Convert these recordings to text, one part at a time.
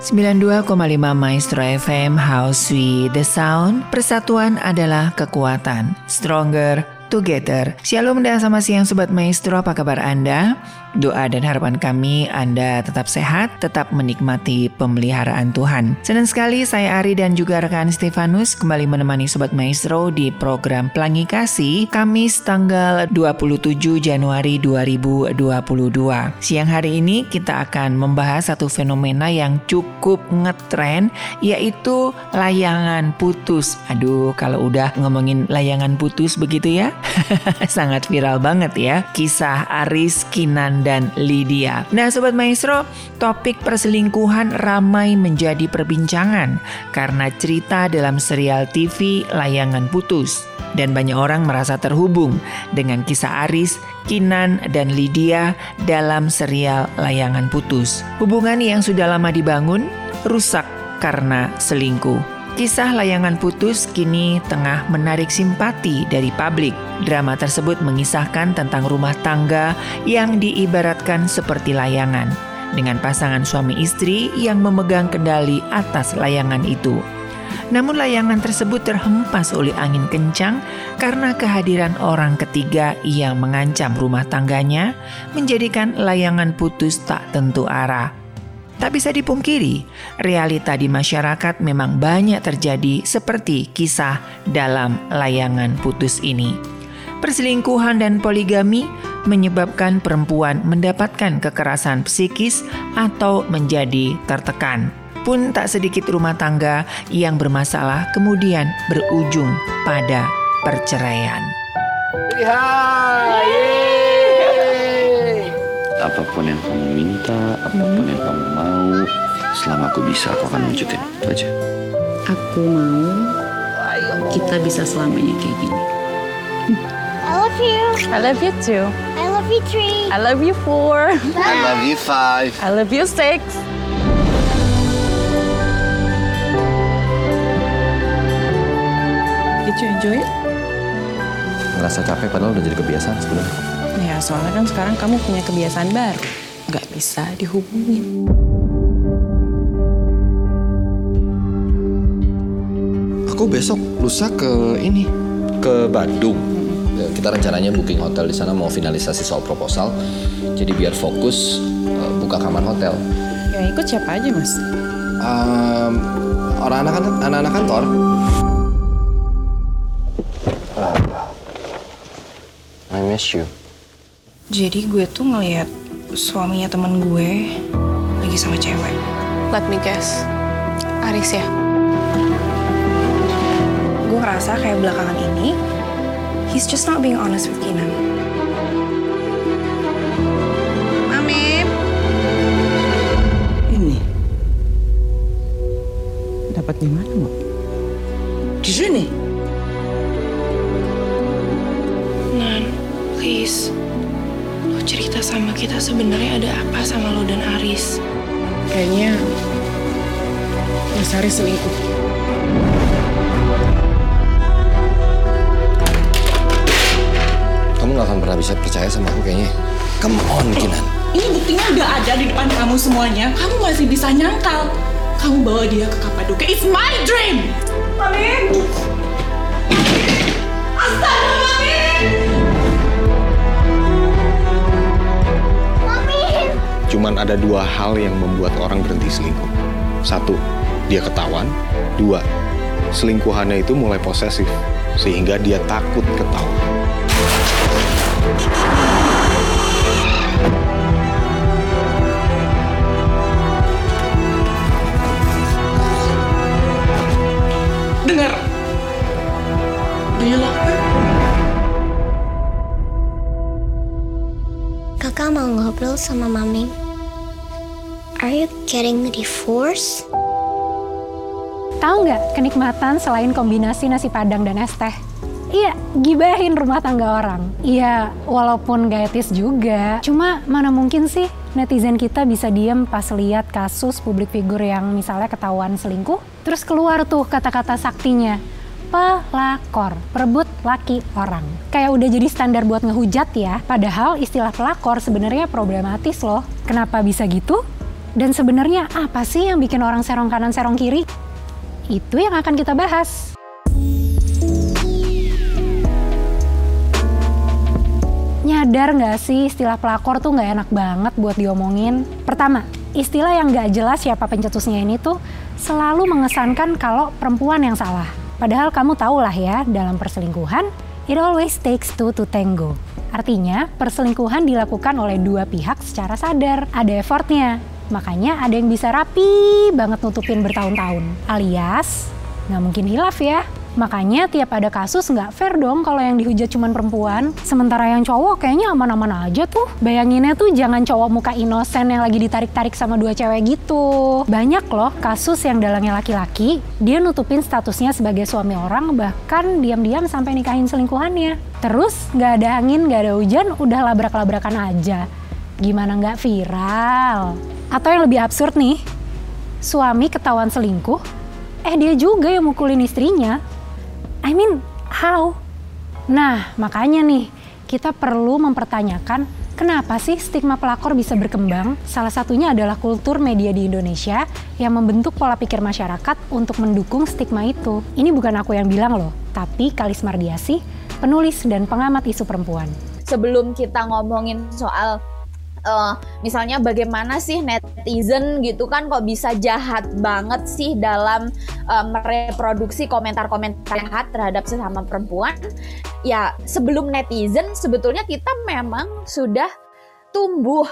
92,5 Maestro FM, House with the Sound. Persatuan adalah kekuatan. Stronger together. Shalom dan selamat siang Sobat Maestro, apa kabar Anda? Doa dan harapan kami Anda tetap sehat, tetap menikmati pemeliharaan Tuhan. Senang sekali saya Ari dan juga rekan Stefanus kembali menemani Sobat Maestro di program Pelangi Kasih Kamis tanggal 27 Januari 2022. Siang hari ini kita akan membahas satu fenomena yang cukup ngetren, yaitu layangan putus. Aduh, kalau udah ngomongin layangan putus begitu ya, sangat viral banget ya. Kisah Aris, Kinan, dan Lydia. Nah Sobat Maestro, topik perselingkuhan ramai menjadi perbincangan karena cerita dalam serial TV Layangan Putus. Dan banyak orang merasa terhubung dengan kisah Aris, Kinan, dan Lydia dalam serial Layangan Putus. Hubungan yang sudah lama dibangun rusak karena selingkuh. Kisah Layangan Putus kini tengah menarik simpati dari publik. Drama tersebut mengisahkan tentang rumah tangga yang diibaratkan seperti layangan, dengan pasangan suami istri yang memegang kendali atas layangan itu. Namun layangan tersebut terhempas oleh angin kencang karena kehadiran orang ketiga yang mengancam rumah tangganya, menjadikan layangan putus tak tentu arah. Tak bisa dipungkiri, realita di masyarakat memang banyak terjadi seperti kisah dalam Layangan Putus ini. Perselingkuhan dan poligami menyebabkan perempuan mendapatkan kekerasan psikis atau menjadi tertekan. Pun tak sedikit rumah tangga yang bermasalah kemudian berujung pada perceraian. Apapun yang kamu minta, apapun yang kamu mau, selama aku bisa, aku akan wujudin. Itu aja. Aku mau kita bisa selamanya kayak gini. I love you. I love you too. I love you 3. I love you 4. I love you 5. I love you 6. Did you enjoy it? Ngerasa capek padahal udah jadi kebiasaan sebenarnya. Ya, soalnya kan sekarang kamu punya kebiasaan baru. Nggak bisa dihubungin. Aku besok lusa ke Bandung. Kita rencananya booking hotel di sana, mau finalisasi soal proposal. Jadi biar fokus buka kamar hotel. Yang ikut siapa aja, Mas? Anak-anak kantor. I miss you. Jadi gue tuh ngeliat suaminya temen gue lagi sama cewek. Let me guess, Aris ya? Gue ngerasa kayak belakangan ini, he's just not being honest with Kinan. Mami. Ini. Dapat di mana, Mbak? Di sini. Nan, please. Lo cerita sama kita sebenarnya ada apa sama lo dan Aris? Kayaknya Mas Aris selingkuh. Kamu gak akan pernah bisa percaya sama aku kayaknya. Come on, Kinan. Ini buktinya udah ada di depan kamu semuanya. Kamu masih bisa nyangkal. Kamu bawa dia ke Kapadokia. It's my dream. Mami. Astaga, Mami. Cuman ada 2 hal yang membuat orang berhenti selingkuh. 1, dia ketahuan. 2, selingkuhannya itu mulai posesif, sehingga dia takut ketahuan. Dengar. Do you love her? Kakak mau ngobrol sama Mami. Are you getting divorced? Tahu nggak kenikmatan selain kombinasi nasi padang dan es teh? Iya, gibahin rumah tangga orang. Iya, walaupun gak etis juga. Cuma mana mungkin sih netizen kita bisa diem pas lihat kasus publik figur yang misalnya ketahuan selingkuh, terus keluar tuh kata-kata saktinya. Pelakor, perebut laki orang. Kayak udah jadi standar buat ngehujat ya. Padahal istilah pelakor sebenarnya problematis loh. Kenapa bisa gitu? Dan sebenarnya apa sih yang bikin orang serong kanan serong kiri? Itu yang akan kita bahas. Nyadar nggak sih istilah pelakor tuh nggak enak banget buat diomongin? Pertama, istilah yang nggak jelas siapa pencetusnya ini tuh selalu mengesankan kalau perempuan yang salah. Padahal kamu tahu lah ya, dalam perselingkuhan, it always takes two to tango. Artinya, perselingkuhan dilakukan oleh dua pihak secara sadar, ada effortnya. Makanya ada yang bisa rapi banget nutupin bertahun-tahun. Alias, nggak mungkin hilaf ya. Makanya tiap ada kasus nggak fair dong kalau yang dihujat cuma perempuan. Sementara yang cowok kayaknya aman-aman aja tuh. Bayanginnya tuh jangan cowok muka inosen yang lagi ditarik-tarik sama dua cewek gitu. Banyak loh kasus yang dalangnya laki-laki, dia nutupin statusnya sebagai suami orang, bahkan diam-diam sampai nikahin selingkuhannya. Terus nggak ada angin, nggak ada hujan, udah labrak-labrakan aja. Gimana nggak viral? Atau yang lebih absurd nih, suami ketahuan selingkuh, dia juga yang mukulin istrinya. I mean, how? Nah, makanya nih, kita perlu mempertanyakan kenapa sih stigma pelakor bisa berkembang. Salah satunya adalah kultur media di Indonesia yang membentuk pola pikir masyarakat untuk mendukung stigma itu. Ini bukan aku yang bilang loh, tapi Kalis Mardiasih, penulis dan pengamat isu perempuan. Sebelum kita ngomongin soal misalnya bagaimana sih netizen gitu kan kok bisa jahat banget sih dalam mereproduksi komentar-komentar jahat terhadap sesama perempuan. Ya sebelum netizen sebetulnya kita memang sudah tumbuh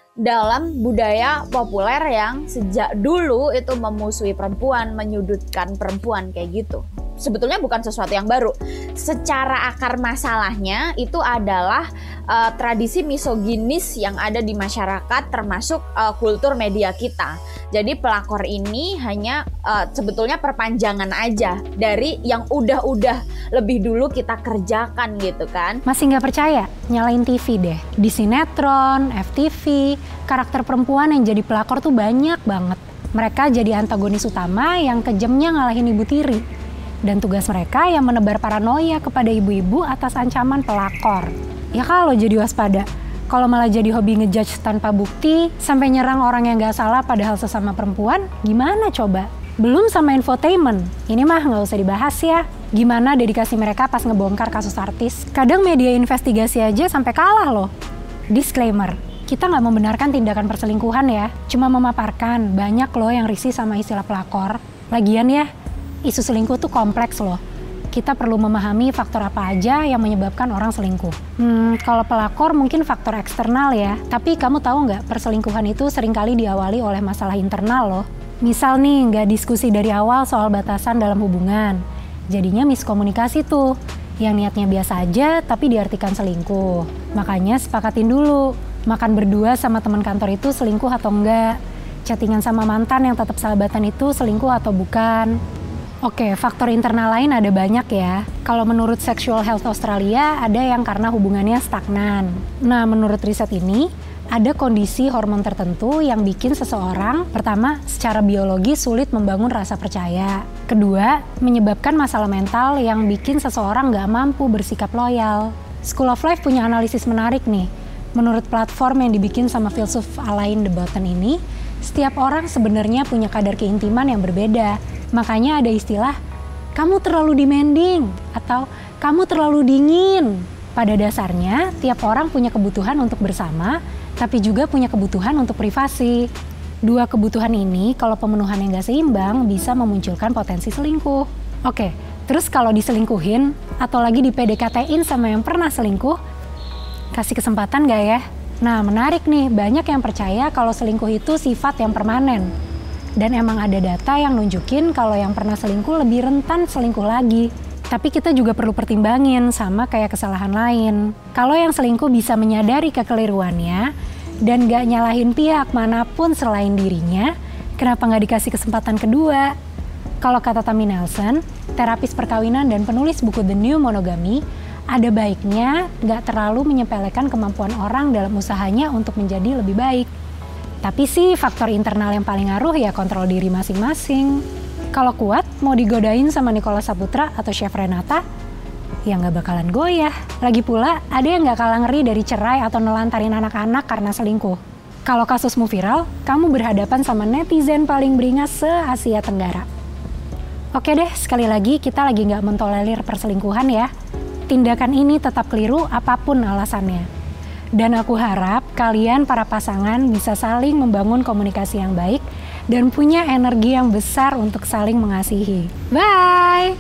dalam budaya populer yang sejak dulu itu memusuhi perempuan, menyudutkan perempuan kayak gitu. Sebetulnya bukan sesuatu yang baru. Secara akar masalahnya itu adalah tradisi misoginis yang ada di masyarakat termasuk kultur media kita. Jadi pelakor ini hanya sebetulnya perpanjangan aja dari yang udah lebih dulu kita kerjakan gitu kan. Masih nggak percaya? Nyalain TV deh. Di sinetron, FTV, karakter perempuan yang jadi pelakor tuh banyak banget. Mereka jadi antagonis utama yang kejamnya ngalahin ibu tiri. Dan tugas mereka yang menebar paranoia kepada ibu-ibu atas ancaman pelakor. Ya kalau jadi waspada, kalau malah jadi hobi ngejudge tanpa bukti, sampai nyerang orang yang gak salah padahal sesama perempuan, gimana coba? Belum sama infotainment, ini mah gak usah dibahas ya. Gimana dedikasi mereka pas ngebongkar kasus artis. Kadang media investigasi aja sampai kalah loh. Disclaimer, kita gak membenarkan tindakan perselingkuhan ya, cuma memaparkan banyak loh yang risih sama istilah pelakor. Lagian ya, isu selingkuh tuh kompleks loh. Kita perlu memahami faktor apa aja yang menyebabkan orang selingkuh. Kalau pelakor mungkin faktor eksternal ya. Tapi kamu tahu nggak, perselingkuhan itu seringkali diawali oleh masalah internal loh. Misal nih, nggak diskusi dari awal soal batasan dalam hubungan. Jadinya miskomunikasi tuh. Yang niatnya biasa aja tapi diartikan selingkuh. Makanya sepakatin dulu. Makan berdua sama teman kantor itu selingkuh atau enggak. Chattingan sama mantan yang tetap sahabatan itu selingkuh atau bukan. Oke, faktor internal lain ada banyak ya. Kalau menurut Sexual Health Australia, ada yang karena hubungannya stagnan. Nah, menurut riset ini, ada kondisi hormon tertentu yang bikin seseorang, pertama, secara biologi sulit membangun rasa percaya. Kedua, menyebabkan masalah mental yang bikin seseorang nggak mampu bersikap loyal. School of Life punya analisis menarik nih. Menurut platform yang dibikin sama filsuf Alain de Botton ini, setiap orang sebenarnya punya kadar keintiman yang berbeda. Makanya ada istilah, kamu terlalu demanding atau kamu terlalu dingin. Pada dasarnya, tiap orang punya kebutuhan untuk bersama, tapi juga punya kebutuhan untuk privasi. Dua kebutuhan ini, kalau pemenuhan yang gak seimbang, bisa memunculkan potensi selingkuh. Oke, terus kalau diselingkuhin, atau lagi di PDKT-in sama yang pernah selingkuh, kasih kesempatan gak ya? Nah, menarik nih, banyak yang percaya kalau selingkuh itu sifat yang permanen. Dan emang ada data yang nunjukin kalau yang pernah selingkuh lebih rentan selingkuh lagi. Tapi kita juga perlu pertimbangin sama kayak kesalahan lain. Kalau yang selingkuh bisa menyadari kekeliruannya dan gak nyalahin pihak manapun selain dirinya, kenapa gak dikasih kesempatan kedua? Kalau kata Tammy Nelson, terapis perkawinan dan penulis buku The New Monogamy, ada baiknya gak terlalu menyepelekan kemampuan orang dalam usahanya untuk menjadi lebih baik. Tapi sih faktor internal yang paling ngaruh ya kontrol diri masing-masing. Kalau kuat, mau digodain sama Nicholas Saputra atau Chef Renata, ya nggak bakalan goyah. Lagi pula, ada yang nggak kalah ngeri dari cerai atau nelantarin anak-anak karena selingkuh. Kalau kasusmu viral, kamu berhadapan sama netizen paling beringas se-Asia Tenggara. Oke deh, sekali lagi kita lagi nggak mentolerir perselingkuhan ya. Tindakan ini tetap keliru apapun alasannya. Dan aku harap kalian para pasangan bisa saling membangun komunikasi yang baik dan punya energi yang besar untuk saling mengasihi. Bye!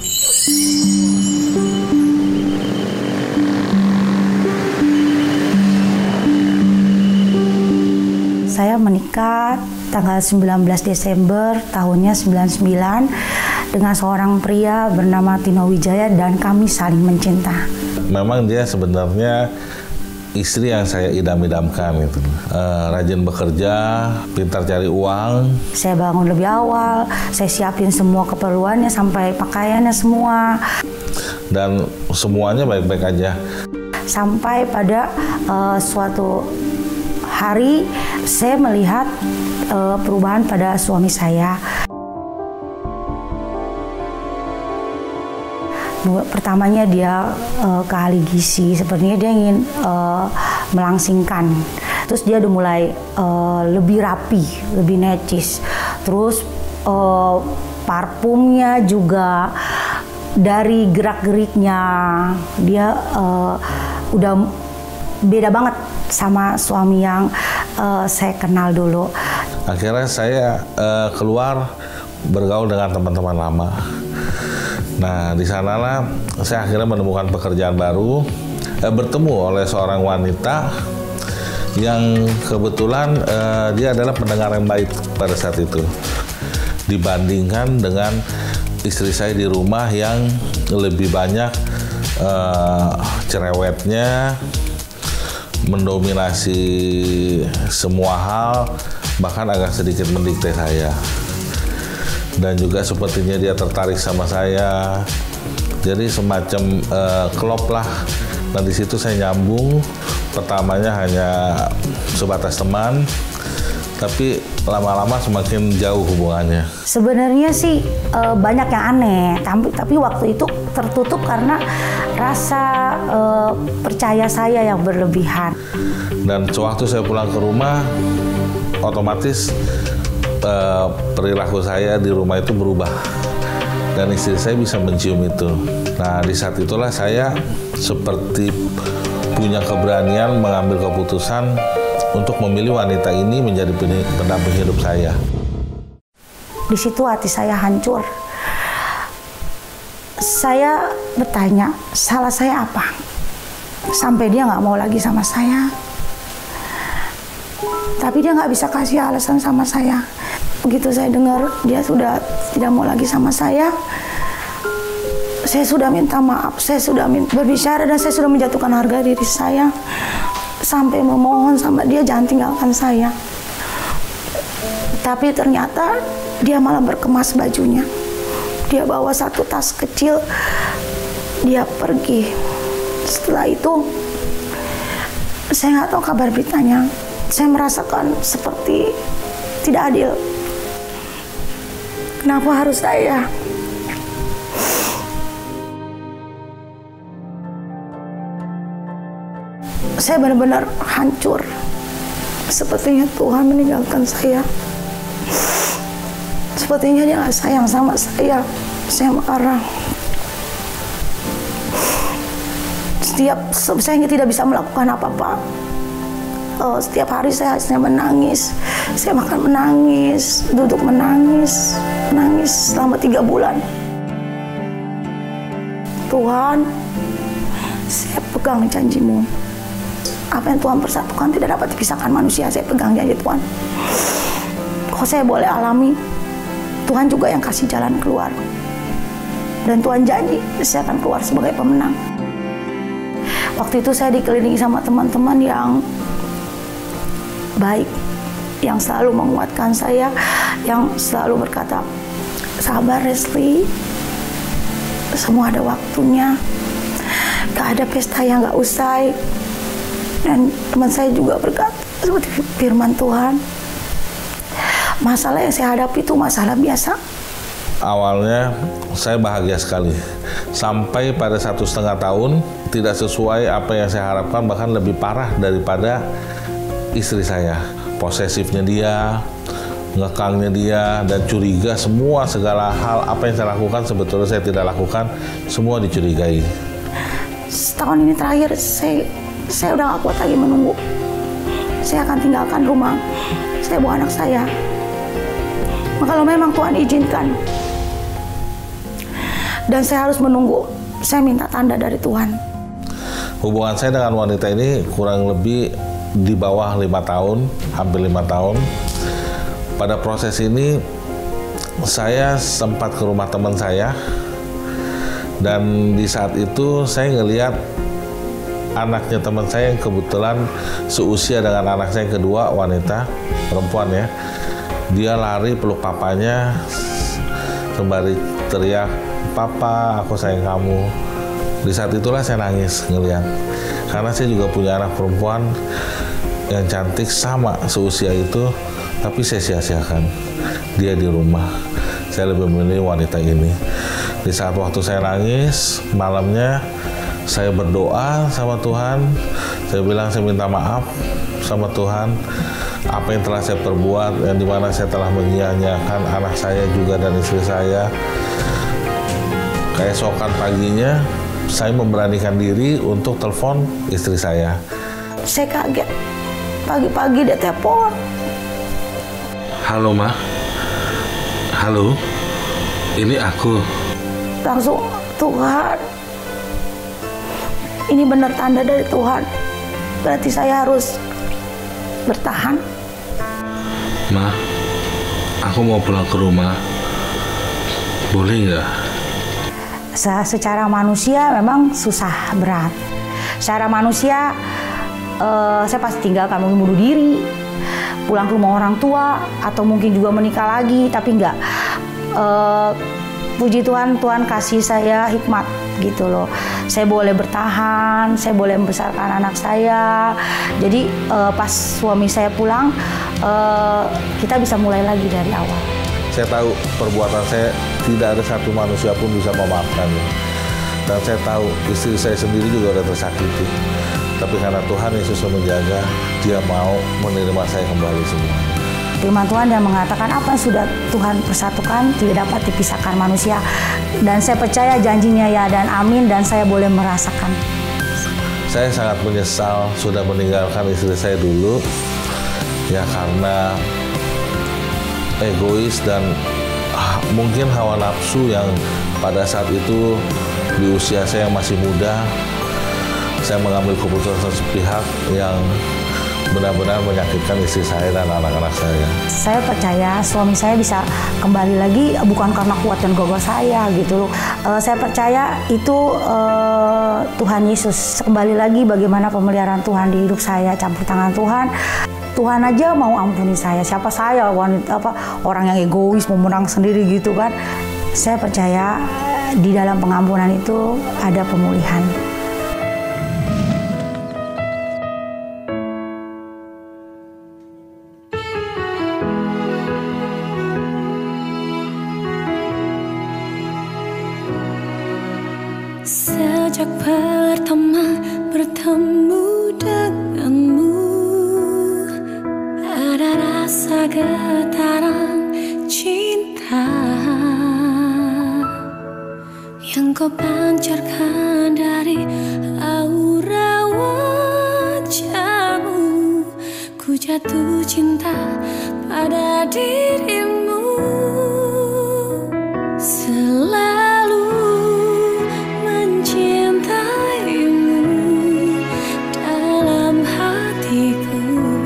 Saya menikah tanggal 19 Desember tahunnya 99 dengan seorang pria bernama Tino Wijaya dan kami saling mencinta. Memang dia sebenarnya istri yang saya idam-idamkan itu. Rajin bekerja, pintar cari uang. Saya bangun lebih awal, saya siapin semua keperluannya sampai pakaiannya semua. Dan semuanya baik-baik aja. Sampai pada suatu hari saya melihat perubahan pada suami saya. Pertamanya dia ke ahli gizi, sepertinya dia ingin melangsingkan. Terus dia udah mulai lebih rapi, lebih necis. Terus parfumnya juga, dari gerak-geriknya dia udah beda banget sama suami yang saya kenal dulu. Akhirnya saya keluar bergaul dengan teman-teman lama. Nah, di sanalah saya akhirnya menemukan pekerjaan baru, bertemu oleh seorang wanita yang kebetulan dia adalah pendengar yang baik pada saat itu. Dibandingkan dengan istri saya di rumah yang lebih banyak cerewetnya, mendominasi semua hal, bahkan agak sedikit mendikte saya. Dan juga sepertinya dia tertarik sama saya, jadi semacam klop lah. Dan di situ saya nyambung. Pertamanya hanya sebatas teman, tapi lama-lama semakin jauh hubungannya. Sebenarnya sih banyak yang aneh, tapi waktu itu tertutup karena rasa percaya saya yang berlebihan. Dan sewaktu saya pulang ke rumah, otomatis perilaku saya di rumah itu berubah dan istri saya bisa mencium itu. Nah, di saat itulah saya seperti punya keberanian mengambil keputusan untuk memilih wanita ini menjadi pendamping hidup saya. Di situ hati saya hancur. Saya bertanya, salah saya apa? Sampai dia nggak mau lagi sama saya. Tapi dia nggak bisa kasih alasan sama saya. Begitu saya dengar dia sudah tidak mau lagi sama saya sudah minta maaf, saya sudah berbicara dan saya sudah menjatuhkan harga diri saya sampai memohon sama dia jangan tinggalkan saya. Tapi ternyata dia malah berkemas bajunya. Dia bawa satu tas kecil, dia pergi. Setelah itu saya nggak tahu kabar beritanya. Saya merasakan seperti tidak adil. Kenapa harus saya? Saya benar-benar hancur. Sepertinya Tuhan meninggalkan saya. Sepertinya dia nggak sayang sama saya. Saya marah. Saya tidak bisa melakukan apa-apa. Setiap hari saya menangis. Saya makan menangis, duduk menangis selama 3 bulan. Tuhan, saya pegang janji-Mu. Apa yang Tuhan persatukan tidak dapat dipisahkan manusia. Saya pegang janji Tuhan. Kalau saya boleh alami, Tuhan juga yang kasih jalan keluar. Dan Tuhan janji, saya akan keluar sebagai pemenang. Waktu itu saya dikelilingi sama teman-teman yang baik, yang selalu menguatkan saya, yang selalu berkata, sabar Resli, semua ada waktunya, gak ada pesta yang gak usai. Dan teman saya juga berkata seperti firman Tuhan, masalah yang saya hadapi itu masalah biasa. Awalnya saya bahagia sekali, sampai pada 1,5 tahun tidak sesuai apa yang saya harapkan, bahkan lebih parah daripada istri saya. posesifnya dia, ngekangnya dia, dan curiga semua segala hal apa yang saya lakukan sebetulnya saya tidak lakukan, semua dicurigai. Setahun ini terakhir saya udah gak kuat lagi menunggu. Saya akan tinggalkan rumah, saya bawa anak saya. Kalau memang Tuhan izinkan dan saya harus menunggu, saya minta tanda dari Tuhan. Hubungan saya dengan wanita ini kurang lebih di bawah 5 tahun, hampir 5 tahun. Pada proses ini saya sempat ke rumah teman saya, dan di saat itu saya ngelihat anaknya teman saya yang kebetulan seusia dengan anak saya yang kedua, wanita, perempuan ya. Dia lari peluk papanya sembari teriak, "Papa, aku sayang kamu." Di saat itulah saya nangis ngelihat, karena saya juga punya anak perempuan yang cantik sama seusia itu, tapi saya sia-siakan dia di rumah. Saya lebih memilih wanita ini. Di saat waktu saya nangis, malamnya saya berdoa sama Tuhan. Saya bilang saya minta maaf sama Tuhan apa yang telah saya perbuat, yang dimana saya telah menyia-nyiakan anak saya juga dan istri saya. Keesokan paginya saya memberanikan diri untuk telepon istri saya. Saya kaget, pagi-pagi dia telepon. "Halo Ma, halo, ini aku." Langsung, Tuhan, ini benar tanda dari Tuhan. Berarti saya harus bertahan. "Ma, aku mau pulang ke rumah. Boleh nggak?" Secara manusia memang susah, berat. Secara manusia, saya pasti tinggalkan, mungkin bunuh diri, pulang ke rumah orang tua, atau mungkin juga menikah lagi, tapi enggak. Puji Tuhan, Tuhan kasih saya hikmat gitu loh. Saya boleh bertahan, saya boleh membesarkan anak saya. Jadi pas suami saya pulang, kita bisa mulai lagi dari awal. Saya tahu perbuatan saya tidak ada satu manusia pun bisa memaafkannya. Dan saya tahu istri saya sendiri juga udah tersakiti. Tapi karena Tuhan Yesus yang menjaga, Dia mau menerima saya kembali semua. Firman Tuhan yang mengatakan apa yang sudah Tuhan persatukan tidak dapat dipisahkan manusia. Dan saya percaya janjinya ya dan amin, dan saya boleh merasakan. Saya sangat menyesal sudah meninggalkan istri saya dulu, ya karena egois dan mungkin hawa nafsu yang pada saat itu di usia saya yang masih muda, saya mengambil keputusan sepihak yang benar-benar menyakitkan istri saya dan anak-anak saya. Saya percaya suami saya bisa kembali lagi bukan karena kuat dan gagah saya gitu loh. Saya percaya itu Tuhan Yesus. Kembali lagi bagaimana pemeliharaan Tuhan di hidup saya, campur tangan Tuhan. Tuhan aja mau ampuni saya. Siapa saya, orang yang egois, mau menang sendiri gitu kan. Saya percaya di dalam pengampunan itu ada pemulihan. Sejak pertama bertemu denganmu, ada rasa getaran cinta yang kau pancarkan dari aura wajahmu. Ku jatuh cinta pada dirimu, selalu mencintaimu dalam hatiku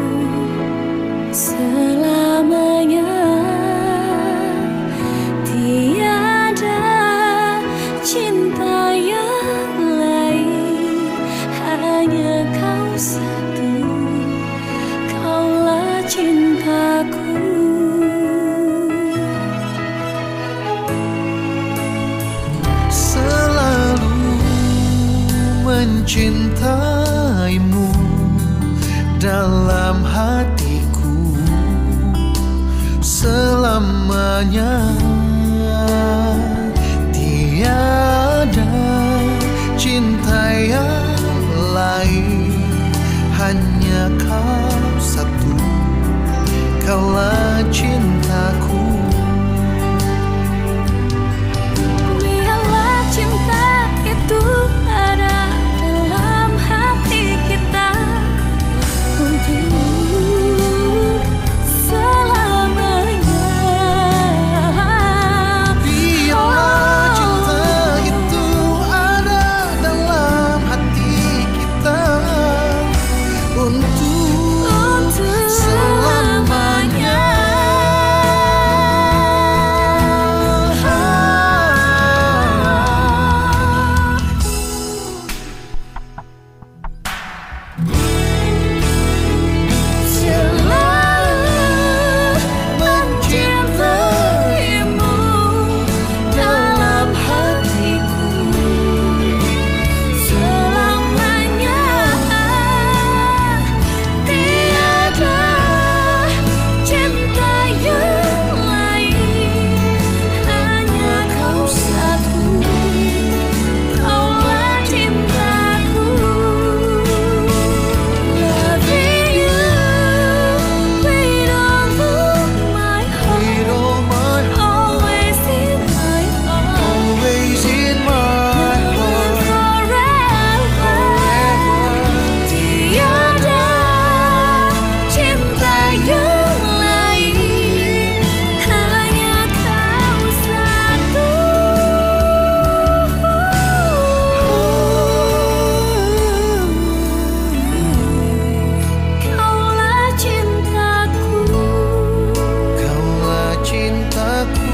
selamanya. Tiada cinta yang lain, hanya kau satu, kaulah cintaku. Selalu mencintaimu dalam hatiku selamanya. Tiada cinta yang lain, hanya kau satu, cintaku. Biarlah cinta itu ada dalam hati kita untuk selamanya. Biarlah cinta itu ada dalam hati kita untuk selamanya. Selalu mencintaimu dalam hatiku selamanya. Tiada cinta yang lain, hanya kau satu. Kaulah cintaku. Loving you with all of my heart, always in my heart, forever. Tiada cinta yang lain, hanya kau satu. Kaulah cintaku. Kaulah cintaku.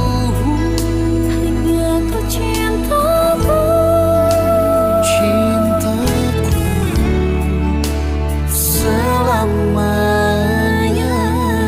Hanya kau cintaku. Cintaku selamanya.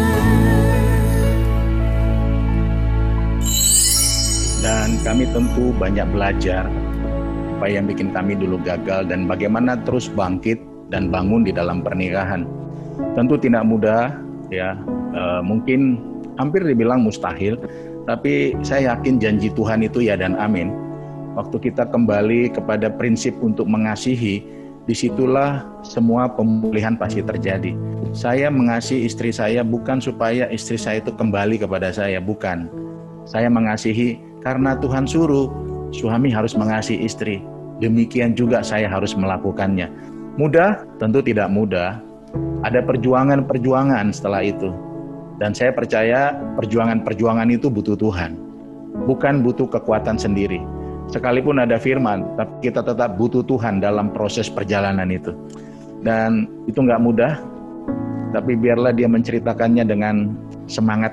Dan kami tentu banyak belajar apa yang bikin kami dulu gagal dan bagaimana terus bangkit dan bangun di dalam pernikahan. Tentu tidak mudah ya, mungkin hampir dibilang mustahil, tapi saya yakin janji Tuhan itu ya dan amin. Waktu kita kembali kepada prinsip untuk mengasihi, disitulah semua pemulihan pasti terjadi. Saya mengasihi istri saya bukan supaya istri saya itu kembali kepada saya, bukan. Saya mengasihi karena Tuhan suruh, suami harus mengasihi istri. Demikian juga saya harus melakukannya. Mudah? Tentu tidak mudah. Ada perjuangan-perjuangan setelah itu. Dan saya percaya perjuangan-perjuangan itu butuh Tuhan. Bukan butuh kekuatan sendiri. Sekalipun ada firman, tapi kita tetap butuh Tuhan dalam proses perjalanan itu. Dan itu nggak mudah, tapi biarlah dia menceritakannya dengan semangat.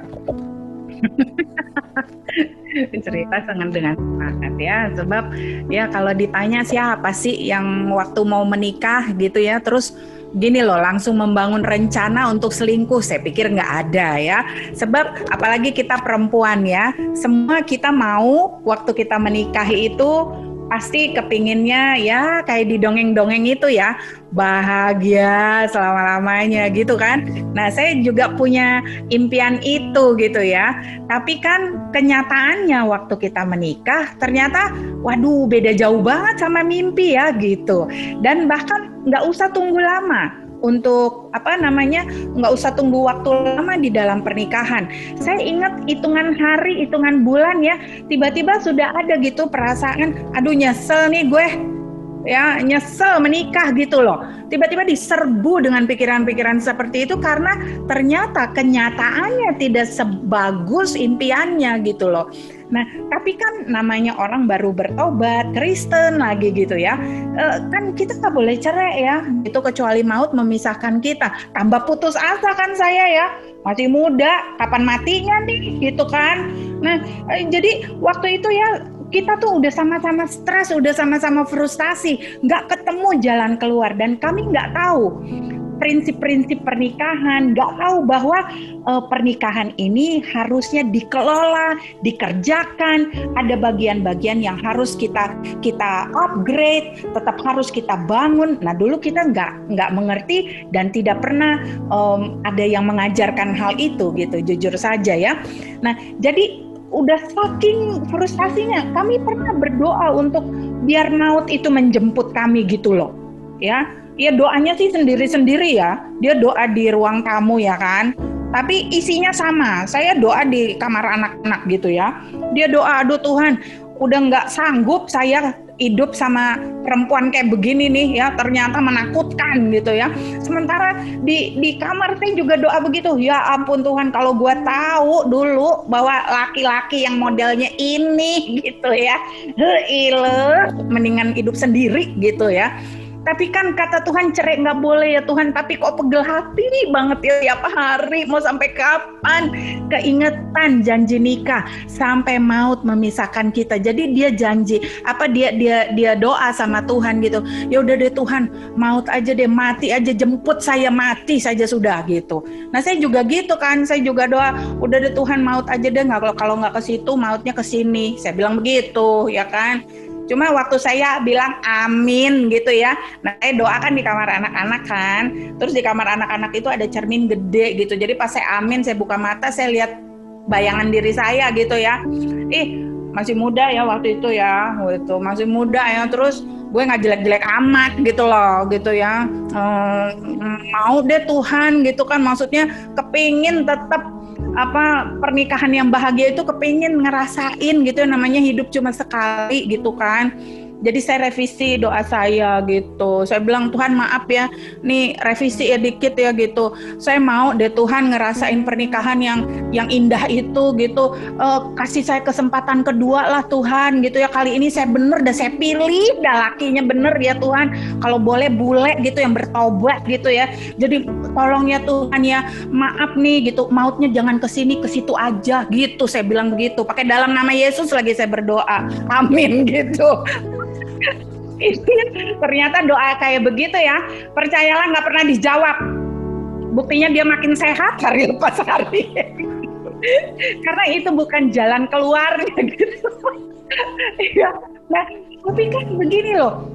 Cerita dengan semangat ya, sebab ya kalau ditanya siapa sih yang waktu mau menikah gitu ya, terus gini loh langsung membangun rencana untuk selingkuh, saya pikir nggak ada ya. Sebab apalagi kita perempuan ya, semua kita mau waktu kita menikahi itu pasti kepinginnya ya kayak di dongeng-dongeng itu ya, bahagia selama-lamanya gitu kan. Nah saya juga punya impian itu gitu ya. Tapi kan kenyataannya waktu kita menikah ternyata waduh beda jauh banget sama mimpi ya gitu. Dan bahkan nggak usah tunggu lama untuk nggak usah tunggu waktu lama di dalam pernikahan. Saya ingat hitungan hari, hitungan bulan ya, tiba-tiba sudah ada gitu perasaan, aduh nyesel nih gue, ya nyesel menikah gitu loh. Tiba-tiba diserbu dengan pikiran-pikiran seperti itu karena ternyata kenyataannya tidak sebagus impiannya gitu loh. Nah, tapi kan namanya orang baru bertobat, Kristen lagi gitu ya, kan kita nggak boleh cerai ya, itu kecuali maut memisahkan kita. Tambah putus asa kan saya ya, masih muda, kapan matinya nih gitu kan. Nah, jadi waktu itu ya kita tuh udah sama-sama stres, udah sama-sama frustasi, nggak ketemu jalan keluar dan kami nggak tahu prinsip-prinsip pernikahan, nggak tahu bahwa pernikahan ini harusnya dikelola, dikerjakan, ada bagian-bagian yang harus kita upgrade, tetap harus kita bangun. Nah dulu kita nggak mengerti dan tidak pernah ada yang mengajarkan hal itu gitu, jujur saja ya. Nah jadi udah saking frustasinya, kami pernah berdoa untuk biar maut itu menjemput kami gitu loh, ya. Ya doanya sih sendiri-sendiri ya, dia doa di ruang tamu ya kan, tapi isinya sama. Saya doa di kamar anak-anak gitu ya. Dia doa, aduh Tuhan, udah nggak sanggup saya hidup sama perempuan kayak begini nih ya, ternyata menakutkan gitu ya. Sementara di kamar saya juga doa begitu, ya ampun Tuhan, kalau gua tahu dulu bahwa laki-laki yang modelnya ini gitu ya, mendingan hidup sendiri gitu ya. Tapi kan kata Tuhan cerai nggak boleh ya Tuhan, tapi kok pegel hati banget ya tiap hari, mau sampai kapan? Keingetan janji nikah sampai maut memisahkan kita. Jadi dia janji, dia doa sama Tuhan gitu. Ya udah deh Tuhan, maut aja deh, mati aja, jemput saya mati saja sudah gitu. Nah saya juga gitu kan, saya juga doa, udah deh Tuhan maut aja deh, kalau nggak ke situ mautnya ke sini. Saya bilang begitu ya kan. Cuma waktu saya bilang amin gitu ya, nah saya doakan di kamar anak-anak kan, terus di kamar anak-anak itu ada cermin gede gitu, jadi pas saya amin, saya buka mata, saya lihat bayangan diri saya gitu ya, masih muda ya waktu itu ya, masih muda ya, terus gue nggak jelek-jelek amat gitu loh, gitu ya, mau deh Tuhan gitu kan, maksudnya kepingin tetap pernikahan yang bahagia itu, kepingin ngerasain gitu, namanya hidup cuma sekali gitu kan. Jadi saya revisi doa saya gitu. Saya bilang Tuhan maaf ya, nih revisi ya dikit ya gitu. Saya mau deh Tuhan ngerasain pernikahan yang indah itu gitu. Kasih saya kesempatan kedua lah Tuhan gitu ya. Kali ini saya bener dah, saya pilih dah lakinya bener ya Tuhan. Kalau boleh bule gitu yang bertobat gitu ya. Jadi tolong ya Tuhan ya, maaf nih gitu. Mautnya jangan ke sini, ke situ aja gitu. Saya bilang begitu. Pakai dalam nama Yesus lagi saya berdoa. Amin gitu. Ternyata doa kayak begitu ya, percayalah nggak pernah dijawab. Buktinya dia makin sehat hari lepas hari. Karena itu bukan jalan keluarnya gitu. Nah, tapi kan begini loh,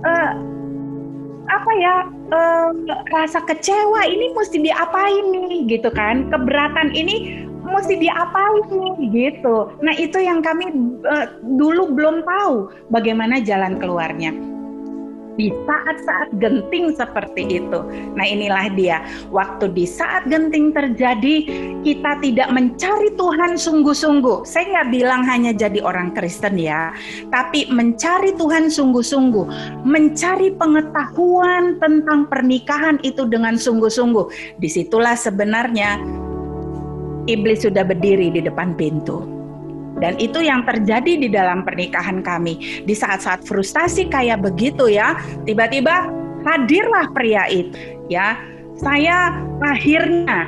rasa kecewa ini mesti diapain nih gitu kan, keberatan ini mesti diapain nih gitu. Nah itu yang kami dulu belum tahu bagaimana jalan keluarnya di saat-saat genting seperti itu. Nah inilah dia, waktu di saat genting terjadi, kita tidak mencari Tuhan sungguh-sungguh. Saya nggak bilang hanya jadi orang Kristen ya, tapi mencari Tuhan sungguh-sungguh, mencari pengetahuan tentang pernikahan itu dengan sungguh-sungguh. Disitulah sebenarnya iblis sudah berdiri di depan pintu. Dan itu yang terjadi di dalam pernikahan kami. Di saat-saat frustasi kayak begitu ya, tiba-tiba hadirlah pria itu. Ya, saya akhirnya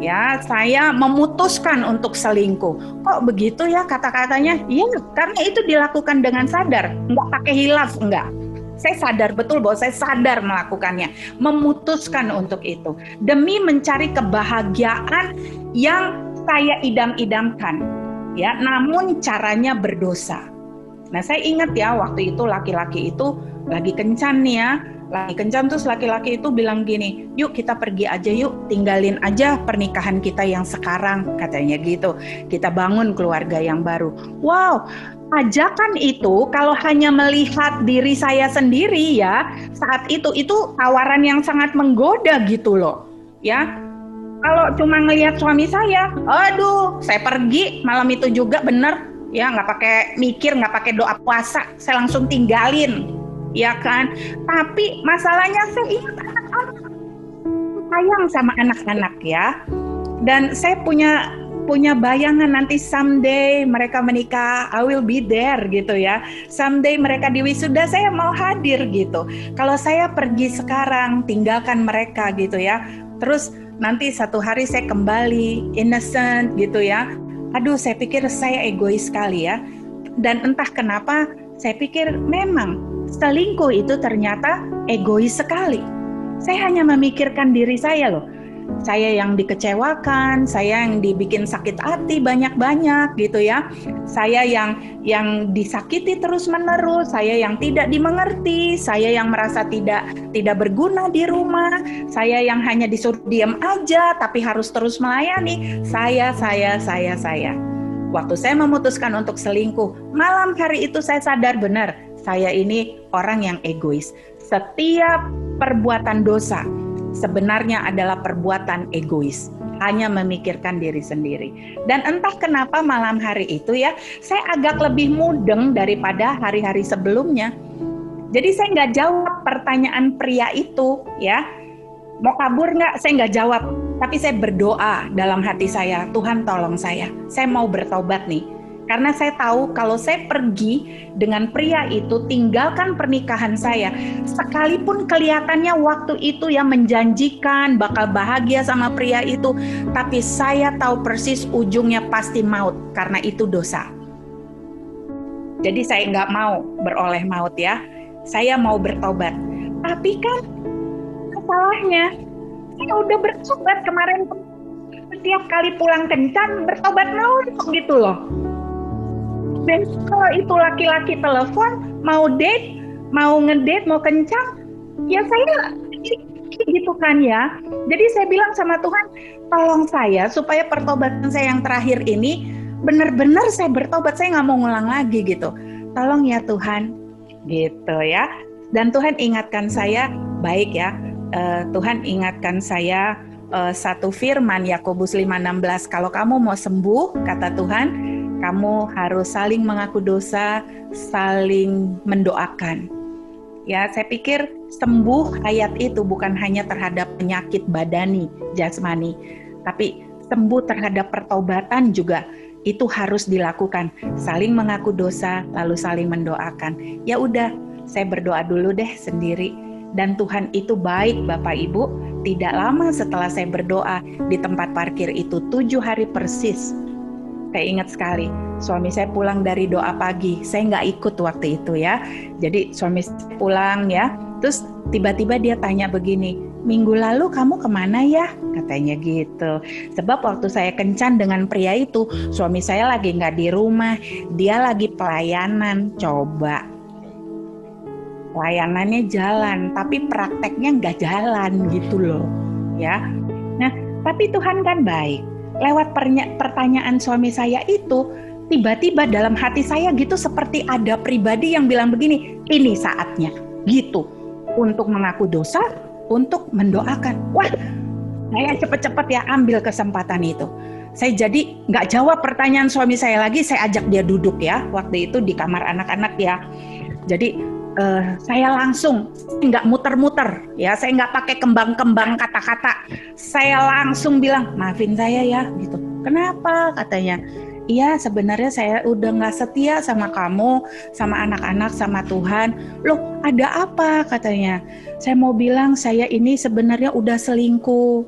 saya memutuskan untuk selingkuh. Kok begitu ya kata-katanya? Iya, karena itu dilakukan dengan sadar, nggak pakai hilaf, enggak. Saya sadar betul bahwa saya sadar melakukannya, memutuskan untuk itu demi mencari kebahagiaan yang saya idam-idamkan, ya. Namun caranya berdosa. Nah, saya ingat ya waktu itu laki-laki itu lagi kencan nih ya, lagi kencan terus laki-laki itu bilang gini, yuk kita pergi aja yuk, tinggalin aja pernikahan kita yang sekarang, katanya gitu. Kita bangun keluarga yang baru. Wow. Ajakan itu kalau hanya melihat diri saya sendiri ya, saat itu tawaran yang sangat menggoda gitu loh ya. Kalau cuma ngelihat suami saya, aduh saya pergi malam itu juga bener ya, nggak pakai mikir, nggak pakai doa puasa, saya langsung tinggalin ya kan. Tapi masalahnya saya ingat anak-anak, sayang sama anak-anak ya, dan saya punya bayangan nanti someday mereka menikah, I will be there gitu ya. Someday mereka di wisuda, saya mau hadir gitu. Kalau saya pergi sekarang, tinggalkan mereka gitu ya. Terus nanti satu hari saya kembali innocent gitu ya. Aduh, saya pikir saya egois sekali ya. Dan entah kenapa saya pikir memang selingkuh itu ternyata egois sekali. Saya hanya memikirkan diri saya loh. Saya yang dikecewakan, saya yang dibikin sakit hati banyak-banyak gitu ya. Saya yang disakiti terus-menerus, saya yang tidak dimengerti, saya yang merasa tidak berguna di rumah, saya yang hanya disuruh diam aja tapi harus terus melayani. Saya. Waktu saya memutuskan untuk selingkuh, malam hari itu saya sadar benar, saya ini orang yang egois. Setiap perbuatan dosa sebenarnya adalah perbuatan egois. hanya memikirkan diri sendiri. Dan entah kenapa malam hari itu ya, saya agak lebih mudeng daripada hari-hari sebelumnya. Jadi saya nggak jawab pertanyaan pria itu ya, mau kabur nggak, saya nggak jawab. Tapi saya berdoa dalam hati saya, Tuhan tolong saya mau bertobat nih. Karena saya tahu kalau saya pergi dengan pria itu, tinggalkan pernikahan saya, sekalipun kelihatannya waktu itu ya menjanjikan, bakal bahagia sama pria itu, tapi saya tahu persis ujungnya pasti maut, karena itu dosa. Jadi saya nggak mau beroleh maut ya, saya mau bertobat. Tapi kan masalahnya, saya udah bertobat kemarin, setiap kali pulang kencan bertobat mau gitu loh. Dan kalau itu laki-laki telepon, mau date, mau ngedate, mau kencan, ya saya gitu kan ya. Jadi saya bilang sama Tuhan, tolong saya supaya pertobatan saya yang terakhir ini benar-benar saya bertobat, saya nggak mau ngulang lagi gitu. Tolong ya Tuhan, gitu ya. Dan Tuhan ingatkan saya, baik ya, Tuhan ingatkan saya satu firman Yakobus 5:16, kalau kamu mau sembuh, kata Tuhan, kamu harus saling mengaku dosa, saling mendoakan. Ya, saya pikir sembuh ayat itu bukan hanya terhadap penyakit badani, jasmani, tapi sembuh terhadap pertobatan juga itu harus dilakukan. Saling mengaku dosa, lalu saling mendoakan. Ya udah, saya berdoa dulu deh sendiri. Dan Tuhan itu baik Bapak Ibu. Tidak lama setelah saya berdoa di tempat parkir itu 7 hari persis. Saya ingat sekali, suami saya pulang dari doa pagi, saya nggak ikut waktu itu ya. Jadi suami saya pulang ya, terus tiba-tiba dia tanya begini, minggu lalu kamu kemana ya? Katanya gitu. Sebab waktu saya kencan dengan pria itu, suami saya lagi nggak di rumah, dia lagi pelayanan. Coba, pelayanannya jalan, tapi prakteknya nggak jalan gitu loh ya. Nah, tapi Tuhan kan baik. Lewat pertanyaan suami saya itu, tiba-tiba dalam hati saya gitu seperti ada pribadi yang bilang begini, ini saatnya gitu, untuk mengaku dosa, untuk mendoakan. Wah, saya cepet-cepet ya ambil kesempatan itu. Saya jadi nggak jawab pertanyaan suami saya lagi, saya ajak dia duduk ya, waktu itu di kamar anak-anak ya. Jadi saya langsung nggak muter-muter ya, saya nggak pakai kembang-kembang kata-kata, saya langsung bilang maafin saya ya gitu. Kenapa? Katanya, iya sebenarnya saya udah nggak setia sama kamu, sama anak-anak, sama Tuhan. Loh ada apa? Katanya, saya mau bilang saya ini sebenarnya udah selingkuh.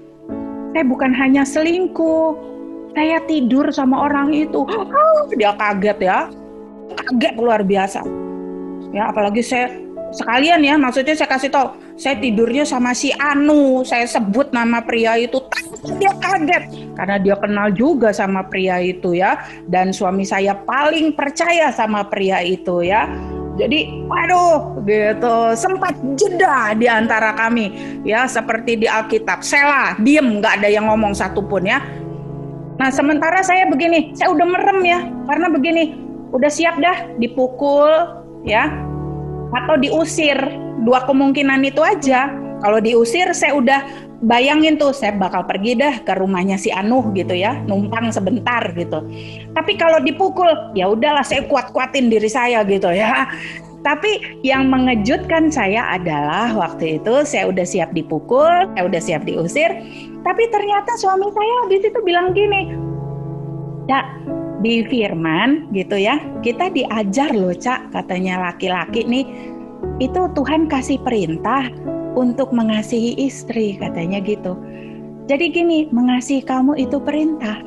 Saya bukan hanya selingkuh, saya tidur sama orang itu. Dia kaget ya, kaget luar biasa. Ya, apalagi saya sekalian ya, maksudnya saya kasih tahu, saya tidurnya sama si Anu, saya sebut nama pria itu, dia kaget karena dia kenal juga sama pria itu ya, dan suami saya paling percaya sama pria itu ya. Jadi, waduh, gitu, sempat jeda di antara kami ya, seperti di Alkitab, Selah, diem, nggak ada yang ngomong satupun ya. Nah, sementara saya begini, saya udah merem ya, karena begini, udah siap dah dipukul ya, atau diusir. 2 kemungkinan itu aja. Kalau diusir saya udah bayangin tuh, saya bakal pergi dah ke rumahnya si Anuh gitu ya, numpang sebentar gitu. Tapi kalau dipukul, ya udahlah saya kuat-kuatin diri saya gitu ya. Tapi yang mengejutkan saya adalah waktu itu saya udah siap dipukul, saya udah siap diusir, tapi ternyata suami saya di situ bilang gini, "Cak, di firman gitu ya, kita diajar loh Cak," katanya, laki-laki nih itu Tuhan kasih perintah untuk mengasihi istri, katanya gitu. Jadi gini, mengasihi kamu itu perintah,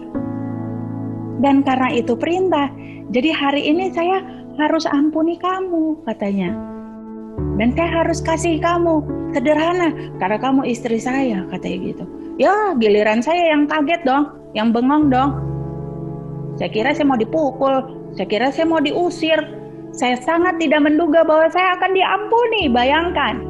dan karena itu perintah, jadi hari ini saya harus ampuni kamu, katanya, dan saya harus kasih kamu, sederhana, karena kamu istri saya, katanya gitu. Ya giliran saya yang kaget dong, yang bengong dong. Saya kira saya mau dipukul, saya kira saya mau diusir. Saya sangat tidak menduga bahwa saya akan diampuni, bayangkan.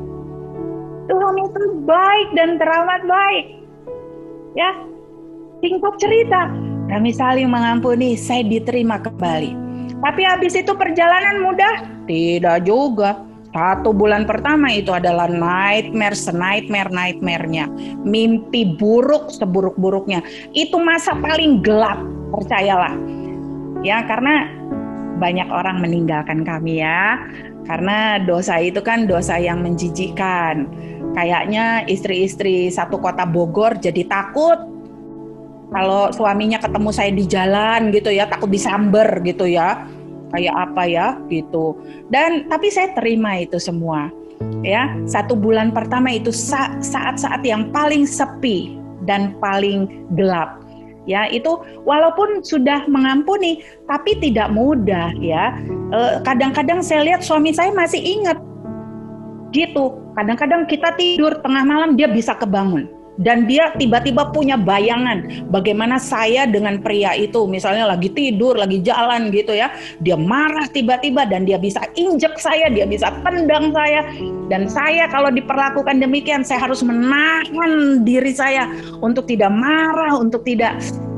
Tuhan itu baik dan teramat baik. Ya, singkat cerita, kami saling mengampuni, saya diterima kembali. Tapi habis itu perjalanan mudah? Tidak juga. 1 bulan pertama itu adalah nightmare-nya. Mimpi buruk seburuk-buruknya. Itu masa paling gelap, percayalah. Ya, karena banyak orang meninggalkan kami ya. Karena dosa itu kan dosa yang menjijikkan. Kayaknya istri-istri satu kota Bogor jadi takut kalau suaminya ketemu saya di jalan gitu ya, takut disamber gitu ya. Kayak apa ya gitu. Dan tapi saya terima itu semua. Ya, 1 bulan pertama itu saat-saat yang paling sepi dan paling gelap. Ya, itu walaupun sudah mengampuni tapi tidak mudah ya. Kadang-kadang saya lihat suami saya masih ingat. Gitu. Kadang-kadang kita tidur tengah malam dia bisa kebangun. Dan dia tiba-tiba punya bayangan bagaimana saya dengan pria itu, misalnya lagi tidur, lagi jalan gitu ya, dia marah tiba-tiba dan dia bisa injek saya, dia bisa tendang saya, dan saya kalau diperlakukan demikian saya harus menahan diri saya untuk tidak marah, untuk tidak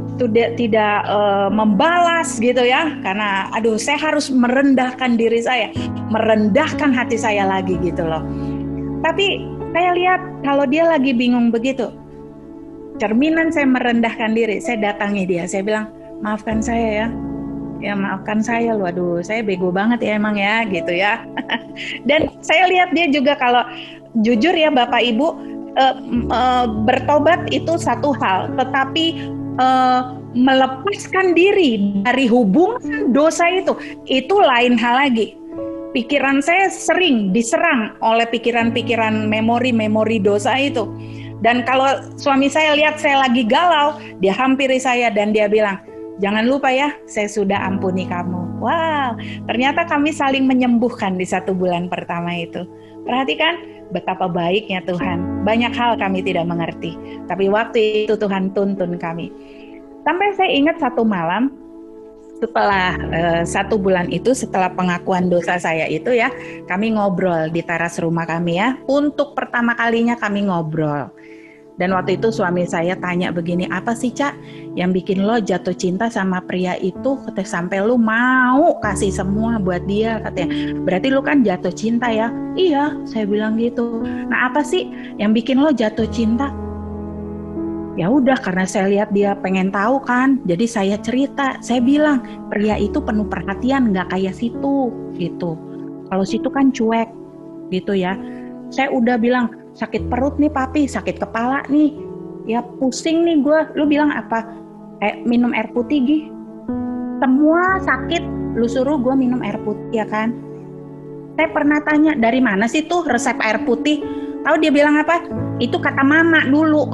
membalas gitu ya, karena aduh saya harus merendahkan diri saya, merendahkan hati saya lagi gitu loh. Tapi saya lihat kalau dia lagi bingung begitu, cerminan saya merendahkan diri, saya datangi dia, saya bilang, maafkan saya ya maafkan saya, waduh saya bego banget ya emang ya gitu ya. Dan saya lihat dia juga kalau jujur ya Bapak Ibu, bertobat itu satu hal, tetapi melepaskan diri dari hubungan dosa itu lain hal lagi. Pikiran saya sering diserang oleh pikiran-pikiran memori dosa itu. Dan kalau suami saya lihat saya lagi galau, dia hampiri saya dan dia bilang, jangan lupa ya, saya sudah ampuni kamu. Wow, ternyata kami saling menyembuhkan di 1 bulan pertama itu. Perhatikan betapa baiknya Tuhan. Banyak hal kami tidak mengerti, tapi waktu itu Tuhan tuntun kami. Sampai saya ingat satu malam, setelah 1 bulan itu, setelah pengakuan dosa saya itu ya, kami ngobrol di teras rumah kami ya. Untuk pertama kalinya kami ngobrol. Dan waktu itu suami saya tanya begini, apa sih Cak yang bikin lo jatuh cinta sama pria itu sampai lo mau kasih semua buat dia, katanya. Berarti lo kan jatuh cinta ya? Iya, saya bilang gitu. Nah apa sih yang bikin lo jatuh cinta? Ya udah, karena saya lihat dia pengen tahu kan, jadi saya cerita, saya bilang pria itu penuh perhatian, nggak kayak situ gitu. Kalau situ kan cuek gitu ya. Saya udah bilang sakit perut nih papi, sakit kepala nih, ya pusing nih gue. Lu bilang apa? Minum air putih gih. Semua sakit, lu suruh gue minum air putih ya kan? Saya pernah tanya dari mana sih tuh resep air putih? Tahu dia bilang apa? Itu kata mama dulu.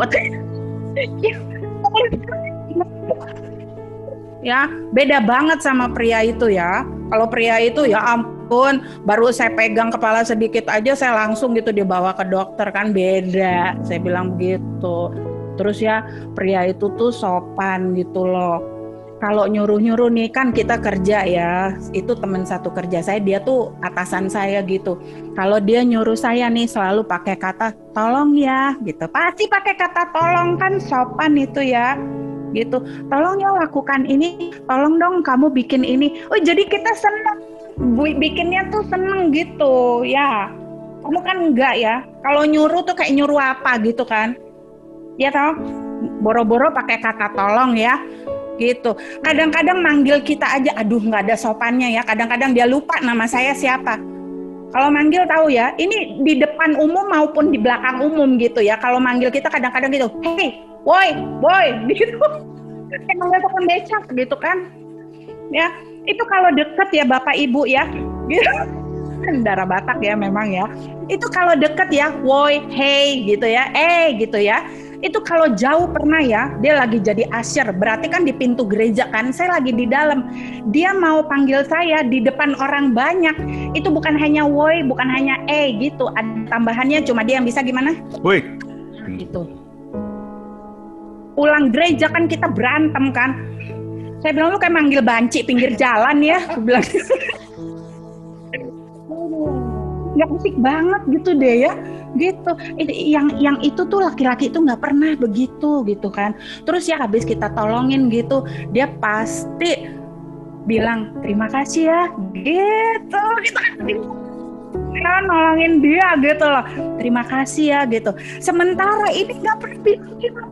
Ya, beda banget sama pria itu ya. Kalau pria itu ya ampun, baru saya pegang kepala sedikit aja saya langsung gitu dibawa ke dokter, kan beda. Saya bilang begitu. Terus ya pria itu tuh sopan gitu loh. Kalau nyuruh-nyuruh nih kan kita kerja ya, itu teman satu kerja saya, dia tuh atasan saya gitu. Kalau dia nyuruh saya nih selalu pakai kata tolong ya gitu. Pasti pakai kata tolong, kan sopan itu ya. Gitu. Tolong ya lakukan ini, tolong dong kamu bikin ini. Oh jadi kita seneng, bikinnya tuh seneng gitu ya. Kamu kan enggak ya. Kalau nyuruh tuh kayak nyuruh apa gitu kan. Ya tau, boro-boro pakai kata tolong ya. Gitu. Kadang-kadang manggil kita aja, aduh nggak ada sopannya ya. Kadang-kadang dia lupa nama saya siapa. Kalau manggil tahu ya, ini di depan umum maupun di belakang umum gitu ya. Kalau manggil kita kadang-kadang gitu, hey, boy, gitu. Kayak manggil tukang becak gitu kan. Ya, itu kalau deket ya Bapak Ibu ya. Gitu. Darah Batak ya memang ya. Itu kalau deket ya, woi, hey gitu ya, gitu ya. Itu kalau jauh pernah ya, dia lagi jadi usher, berarti kan di pintu gereja kan, saya lagi di dalam. Dia mau panggil saya di depan orang banyak, itu bukan hanya woi, bukan hanya gitu, ada tambahannya, cuma dia yang bisa gimana? Woi. Gitu. Pulang gereja kan kita berantem kan. Saya bilang lu kayak manggil banci pinggir jalan ya, aku bilang. Nggak asik banget gitu deh ya. Gitu, yang itu tuh laki-laki itu nggak pernah begitu gitu kan. Terus ya habis kita tolongin gitu, dia pasti bilang terima kasih ya gitu kan. ya nolongin dia gitu loh. Terima kasih ya gitu. Sementara ini nggak pernah bilang.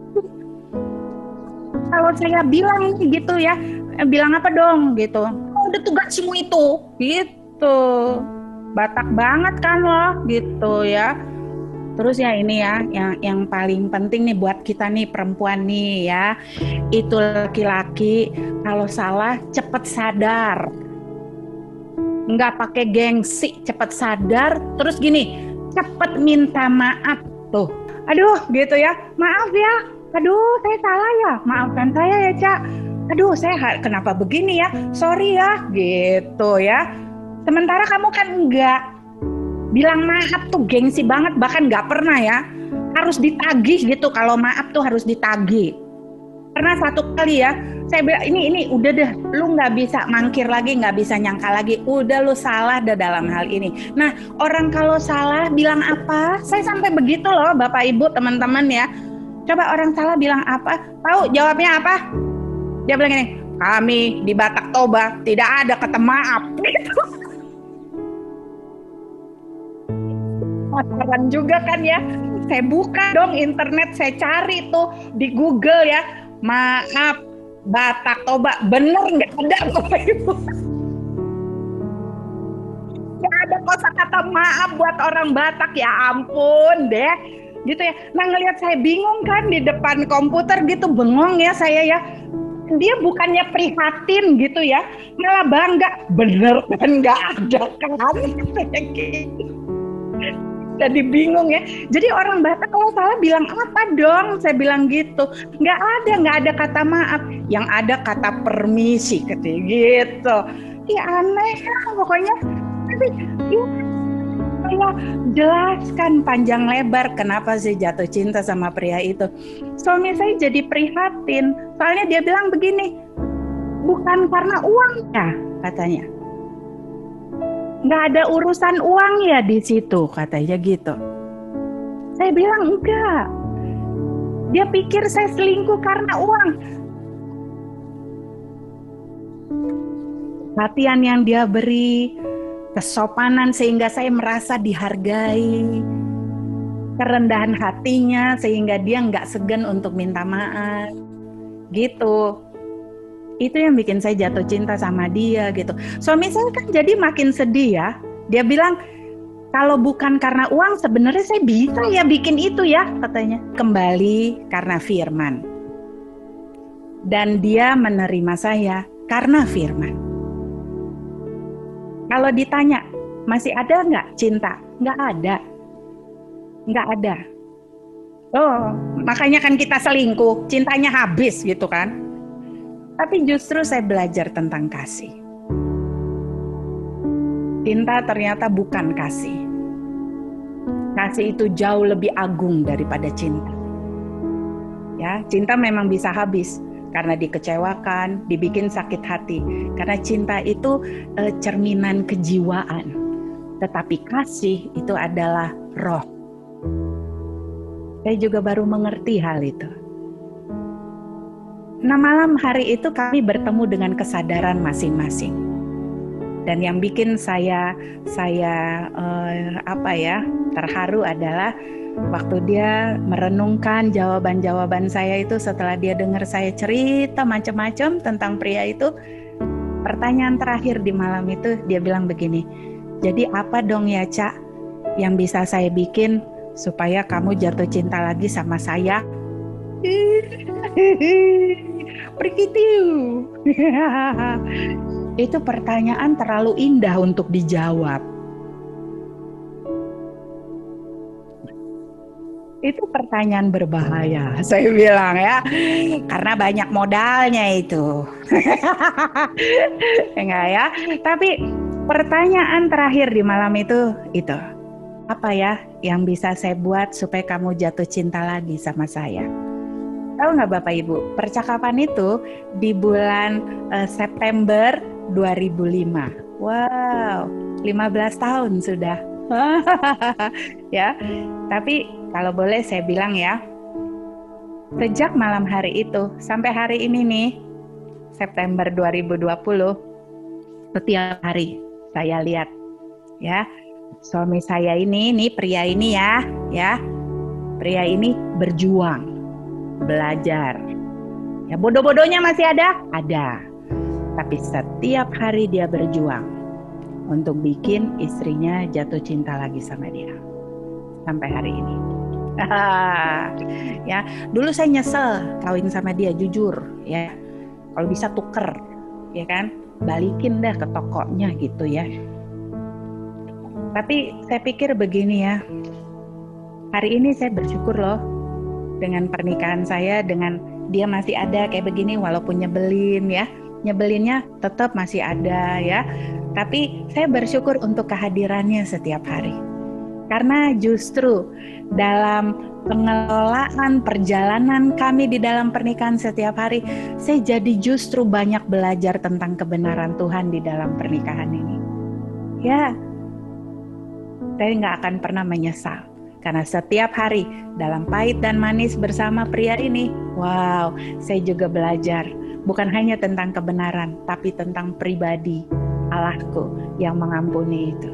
Kalau saya bilang gitu ya, bilang apa dong gitu. Oh, udah tugasmu itu gitu. Batak banget kan lo gitu ya. Terus ya ini ya yang paling penting nih buat kita nih perempuan nih ya. Itu laki-laki kalau salah cepet sadar. Nggak pakai gengsi, cepet sadar. Terus gini, cepet minta maaf tuh. Aduh gitu ya, maaf ya. Aduh saya salah ya, maafkan saya ya Cak. Aduh saya kenapa begini ya, sorry ya gitu ya. Sementara kamu kan enggak bilang maaf tuh gengsi banget, bahkan nggak pernah ya. Harus ditagih gitu, kalau maaf tuh harus ditagih. Pernah satu kali ya, saya bilang ini udah deh, lu nggak bisa mangkir lagi, nggak bisa nyangka lagi, udah lu salah dah dalam hal ini. Nah orang kalau salah bilang apa? Saya sampai begitu loh Bapak Ibu teman-teman ya. Coba orang salah bilang apa? Tahu jawabnya apa? Dia bilang gini, kami di Batak Toba tidak ada kata maaf. Gitu. Pasaran juga kan ya. Saya buka dong internet, saya cari tuh di Google ya. Maaf Batak Toba, bener nggak ada Bapak Ibu? Nggak ada kosakata maaf buat orang Batak, ya ampun deh. Gitu ya. Nah ngelihat saya bingung kan di depan komputer gitu, bengong ya saya ya. Dia bukannya prihatin gitu ya, malah bangga. Bener kan nggak ada kan? Jadi bingung ya. Jadi orang Batak kalau salah bilang apa dong? Saya bilang gitu. Nggak ada kata maaf. Yang ada kata permisi gitu. Ya aneh ya pokoknya. Tapi ya, saya jelaskan panjang lebar kenapa sih jatuh cinta sama pria itu. Suami saya jadi prihatin. Soalnya dia bilang begini, bukan karena uang ya katanya. Nggak ada urusan uang ya di situ katanya gitu. Saya bilang enggak. Dia pikir saya selingkuh karena uang. Perhatian yang dia beri, kesopanan sehingga saya merasa dihargai, kerendahan hatinya sehingga dia nggak segan untuk minta maaf, gitu. Itu yang bikin saya jatuh cinta sama dia gitu. Suami saya kan jadi makin sedih ya. Dia bilang, kalau bukan karena uang sebenarnya saya bisa ya bikin itu ya katanya. Kembali karena firman. Dan dia menerima saya karena firman. Kalau ditanya, masih ada nggak cinta? Nggak ada. Nggak ada. Oh, makanya kan kita selingkuh, cintanya habis gitu kan. Tapi justru saya belajar tentang kasih. Cinta ternyata bukan kasih. Kasih itu jauh lebih agung daripada cinta. Ya, cinta memang bisa habis karena dikecewakan, dibikin sakit hati. Karena cinta itu cerminan kejiwaan. Tetapi kasih itu adalah roh. Saya juga baru mengerti hal itu. Nah malam hari itu kami bertemu dengan kesadaran masing-masing. Dan yang bikin saya terharu adalah waktu dia merenungkan jawaban-jawaban saya itu setelah dia dengar saya cerita macam-macam tentang pria itu. Pertanyaan terakhir di malam itu dia bilang begini, jadi apa dong ya Cak yang bisa saya bikin supaya kamu jatuh cinta lagi sama saya? Begitu. Itu pertanyaan terlalu indah untuk dijawab. Itu pertanyaan berbahaya, saya bilang ya, karena banyak modalnya itu. Enggak ya, tapi pertanyaan terakhir di malam itu, apa ya yang bisa saya buat supaya kamu jatuh cinta lagi sama saya? Tahu nggak Bapak Ibu, percakapan itu di bulan September 2005. Wow, 15 tahun sudah. Ya, tapi kalau boleh saya bilang ya, sejak malam hari itu sampai hari ini nih, September 2020, setiap hari saya lihat ya, suami saya ini, nih pria ini ya. Pria ini berjuang, belajar. Ya bodoh-bodohnya masih ada? Ada. Tapi setiap hari dia berjuang untuk bikin istrinya jatuh cinta lagi sama dia. Sampai hari ini. Ya, dulu saya nyesel kawin sama dia, jujur ya. Kalau bisa tuker, ya kan? Balikin dah ke tokonya gitu ya. Tapi saya pikir begini ya. Hari ini saya bersyukur loh dengan pernikahan saya, dengan dia masih ada kayak begini walaupun nyebelin ya. Nyebelinnya tetap masih ada ya. Tapi saya bersyukur untuk kehadirannya setiap hari. Karena justru dalam pengelolaan perjalanan kami di dalam pernikahan setiap hari, saya jadi justru banyak belajar tentang kebenaran Tuhan di dalam pernikahan ini. Ya, saya nggak akan pernah menyesal. Karena setiap hari dalam pahit dan manis bersama pria ini, wow, saya juga belajar. Bukan hanya tentang kebenaran, tapi tentang pribadi Allahku yang mengampuni itu.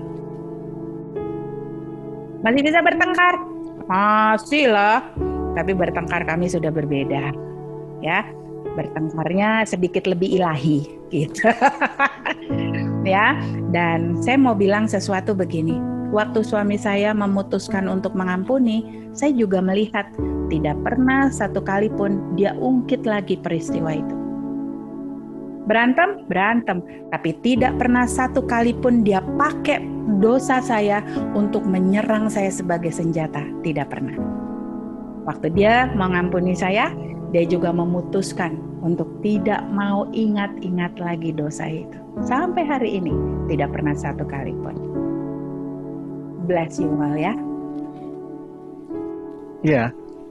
Masih bisa bertengkar? Masih lah. Tapi bertengkar kami sudah berbeda. Ya, bertengkarnya sedikit lebih ilahi gitu. Ya, dan saya mau bilang sesuatu begini. Waktu suami saya memutuskan untuk mengampuni, saya juga melihat tidak pernah satu kali pun dia ungkit lagi peristiwa itu. Berantem, tapi tidak pernah satu kali pun dia pakai dosa saya untuk menyerang saya sebagai senjata. Tidak pernah. Waktu dia mengampuni saya, dia juga memutuskan untuk tidak mau ingat-ingat lagi dosa itu. Sampai hari ini, tidak pernah satu kali pun. Bless you all ya. Iya.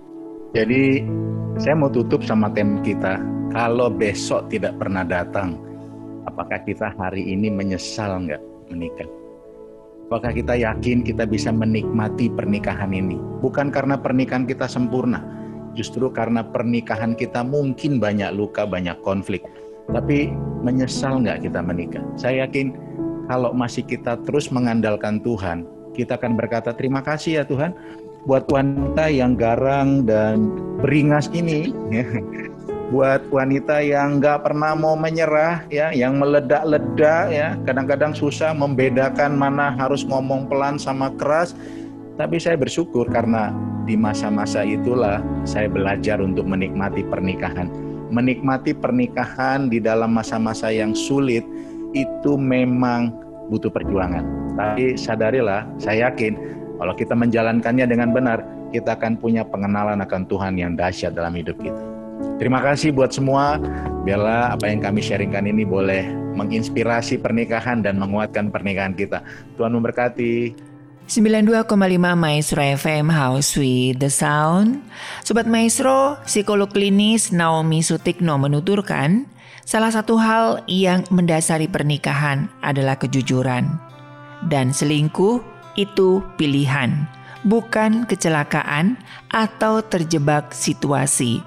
Jadi saya mau tutup sama tema kita. Kalau besok tidak pernah datang, apakah kita hari ini menyesal nggak menikah? Apakah kita yakin kita bisa menikmati pernikahan ini? Bukan karena pernikahan kita sempurna, justru karena pernikahan kita mungkin banyak luka, banyak konflik. Tapi menyesal nggak kita menikah? Saya yakin kalau masih kita terus mengandalkan Tuhan, kita akan berkata terima kasih ya Tuhan buat wanita yang garang dan beringas ini. Buat wanita yang nggak pernah mau menyerah, ya, yang meledak-ledak, ya, kadang-kadang susah membedakan mana harus ngomong pelan sama keras. Tapi saya bersyukur karena di masa-masa itulah saya belajar untuk menikmati pernikahan. Menikmati pernikahan di dalam masa-masa yang sulit itu memang butuh perjuangan. Tapi sadarilah, saya yakin kalau kita menjalankannya dengan benar, kita akan punya pengenalan akan Tuhan yang dahsyat dalam hidup kita. Terima kasih buat semua. Biarlah apa yang kami sharingkan ini boleh menginspirasi pernikahan dan menguatkan pernikahan kita. Tuhan memberkati. 92,5 Maestro FM House with the Sound. Sobat Maestro, psikolog klinis Naomi Sutikno menuturkan, salah satu hal yang mendasari pernikahan adalah kejujuran. Dan selingkuh itu pilihan, bukan kecelakaan atau terjebak situasi.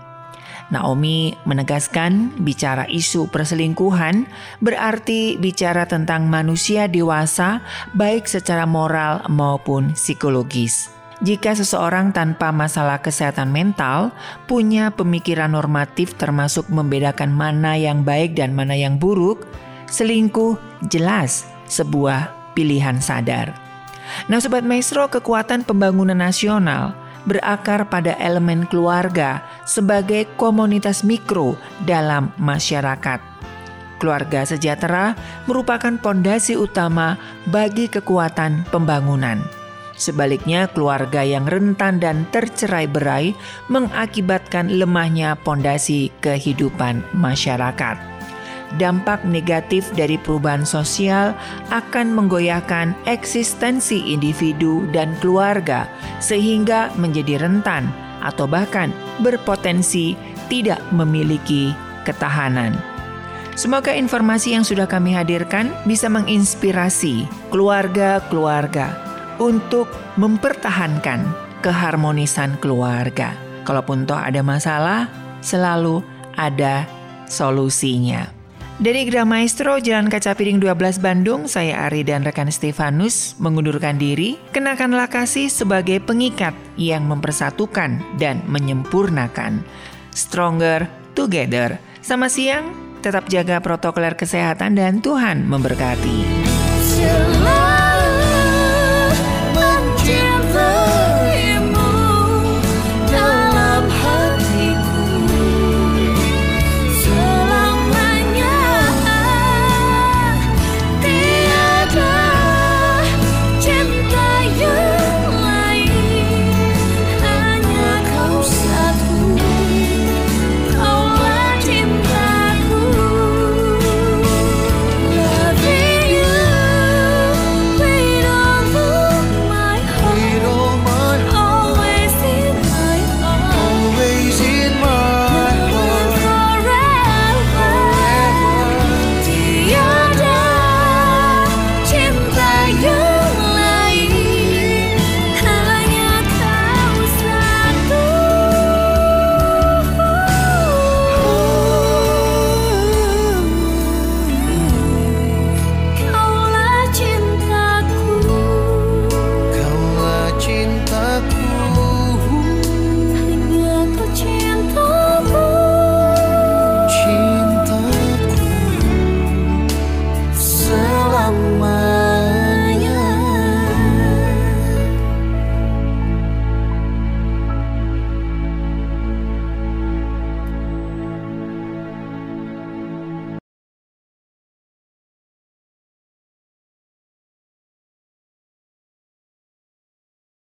Naomi menegaskan bicara isu perselingkuhan berarti bicara tentang manusia dewasa baik secara moral maupun psikologis. Jika seseorang tanpa masalah kesehatan mental punya pemikiran normatif termasuk membedakan mana yang baik dan mana yang buruk, selingkuh jelas sebuah pilihan sadar. Nah Sobat Maestro, kekuatan pembangunan nasional berakar pada elemen keluarga sebagai komunitas mikro dalam masyarakat. Keluarga sejahtera merupakan pondasi utama bagi kekuatan pembangunan. Sebaliknya, keluarga yang rentan dan tercerai-berai mengakibatkan lemahnya pondasi kehidupan masyarakat. Dampak negatif dari perubahan sosial akan menggoyahkan eksistensi individu dan keluarga sehingga menjadi rentan atau bahkan berpotensi tidak memiliki ketahanan. Semoga informasi yang sudah kami hadirkan bisa menginspirasi keluarga-keluarga untuk mempertahankan keharmonisan keluarga. Kalaupun toh ada masalah, selalu ada solusinya. Dari Gerah Maestro, Jalan Kaca Piring 12 Bandung, saya Ari dan rekan Stefanus mengundurkan diri. Kenakanlah kasih sebagai pengikat yang mempersatukan dan menyempurnakan. Stronger together. Selamat siang, tetap jaga protokol kesehatan dan Tuhan memberkati.